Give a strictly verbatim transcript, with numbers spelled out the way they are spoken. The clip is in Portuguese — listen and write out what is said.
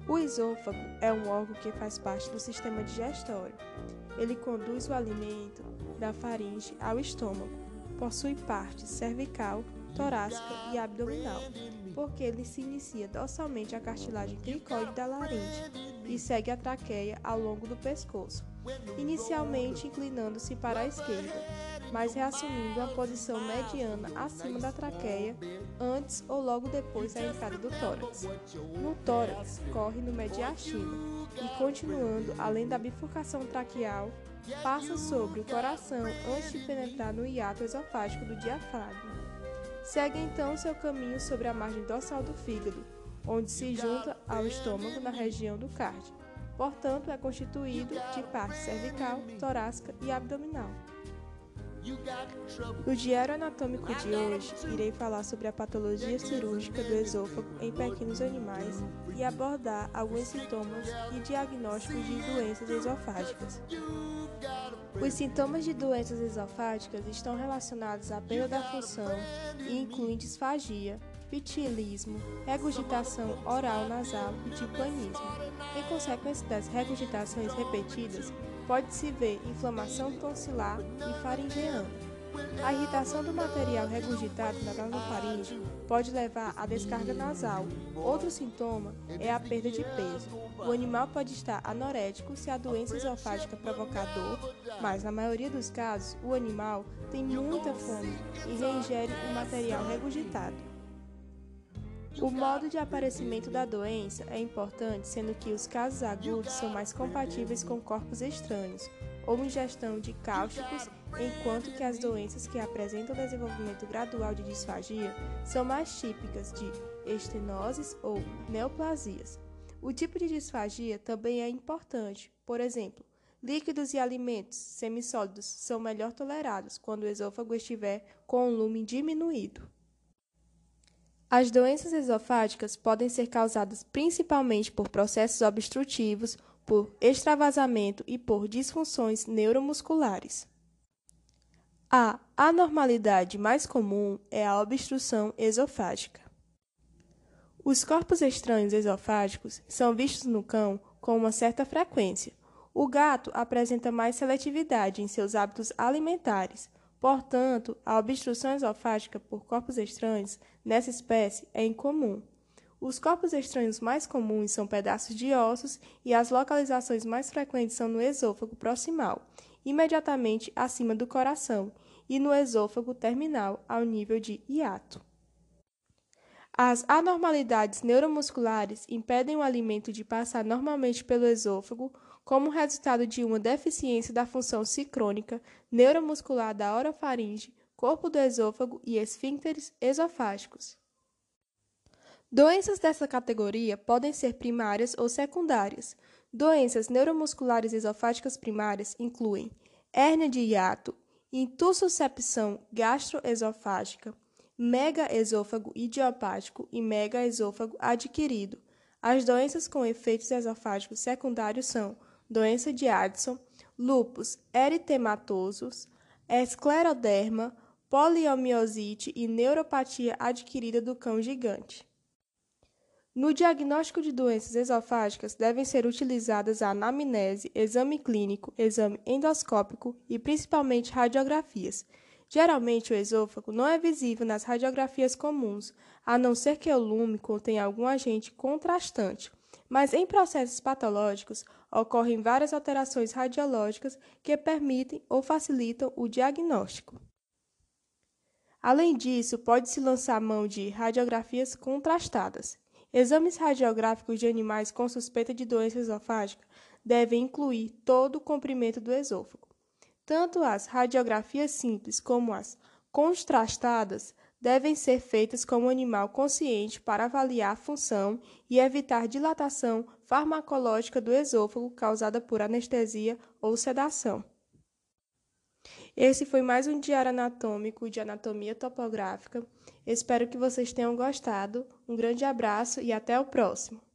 O esôfago é um órgão que faz parte do sistema digestório. Ele conduz o alimento da faringe ao estômago. Possui parte cervical, torácica e abdominal, porque ele se inicia dorsalmente a cartilagem cricoide da laringe e segue a traqueia ao longo do pescoço, inicialmente inclinando-se para a esquerda, mas reassumindo a posição mediana acima da traqueia antes ou logo depois da entrada do tórax. No tórax, corre no mediastino e, continuando além da bifurcação traqueal, passa sobre o coração antes de penetrar no hiato esofágico do diafragma. Segue então seu caminho sobre a margem dorsal do fígado, onde se junta ao estômago na região do cardio. Portanto, é constituído de parte cervical, torácica e abdominal. No diário anatômico de hoje, irei falar sobre a patologia cirúrgica do esôfago em pequenos animais e abordar alguns sintomas e diagnósticos de doenças esofágicas. Os sintomas de doenças esofágicas estão relacionados à perda da função e incluem disfagia, pitilismo, regurgitação oral nasal e timpanismo. Em consequência das regurgitações repetidas, pode-se ver inflamação tonsilar e faringeana. A irritação do material regurgitado na nasofaringe pode levar à descarga nasal. Outro sintoma é a perda de peso. O animal pode estar anorético se a doença esofágica provocar dor, mas na maioria dos casos o animal tem muita fome e reingere o material regurgitado. O modo de aparecimento da doença é importante, sendo que os casos agudos são mais compatíveis com corpos estranhos ou ingestão de cáusticos, enquanto que as doenças que apresentam desenvolvimento gradual de disfagia são mais típicas de estenoses ou neoplasias. O tipo de disfagia também é importante. Por exemplo, líquidos e alimentos semissólidos são melhor tolerados quando o esôfago estiver com o lume diminuído. As doenças esofágicas podem ser causadas principalmente por processos obstrutivos, por extravasamento e por disfunções neuromusculares. A anormalidade mais comum é a obstrução esofágica. Os corpos estranhos esofágicos são vistos no cão com uma certa frequência. O gato apresenta mais seletividade em seus hábitos alimentares. Portanto, a obstrução esofágica por corpos estranhos nessa espécie é incomum. Os corpos estranhos mais comuns são pedaços de ossos e as localizações mais frequentes são no esôfago proximal, imediatamente acima do coração, e no esôfago terminal, ao nível de hiato. As anormalidades neuromusculares impedem o alimento de passar normalmente pelo esôfago, como resultado de uma deficiência da função sincrônica neuromuscular da orofaringe, corpo do esôfago e esfíncteres esofágicos. Doenças dessa categoria podem ser primárias ou secundárias. Doenças neuromusculares esofágicas primárias incluem hérnia de hiato, intussuscepção gastroesofágica, megaesôfago idiopático e megaesôfago adquirido. As doenças com efeitos esofágicos secundários são doença de Addison, lúpus eritematosus, escleroderma, poliomiosite e neuropatia adquirida do cão gigante. No diagnóstico de doenças esofágicas, devem ser utilizadas a anamnese, exame clínico, exame endoscópico e principalmente radiografias. Geralmente, o esôfago não é visível nas radiografias comuns, a não ser que o lume contenha algum agente contrastante. Mas em processos patológicos, ocorrem várias alterações radiológicas que permitem ou facilitam o diagnóstico. Além disso, pode-se lançar mão de radiografias contrastadas. Exames radiográficos de animais com suspeita de doença esofágica devem incluir todo o comprimento do esôfago. Tanto as radiografias simples como as contrastadas devem ser feitas com o animal consciente para avaliar a função e evitar dilatação farmacológica do esôfago causada por anestesia ou sedação. Esse foi mais um diário anatômico de anatomia topográfica. Espero que vocês tenham gostado. Um grande abraço e até o próximo.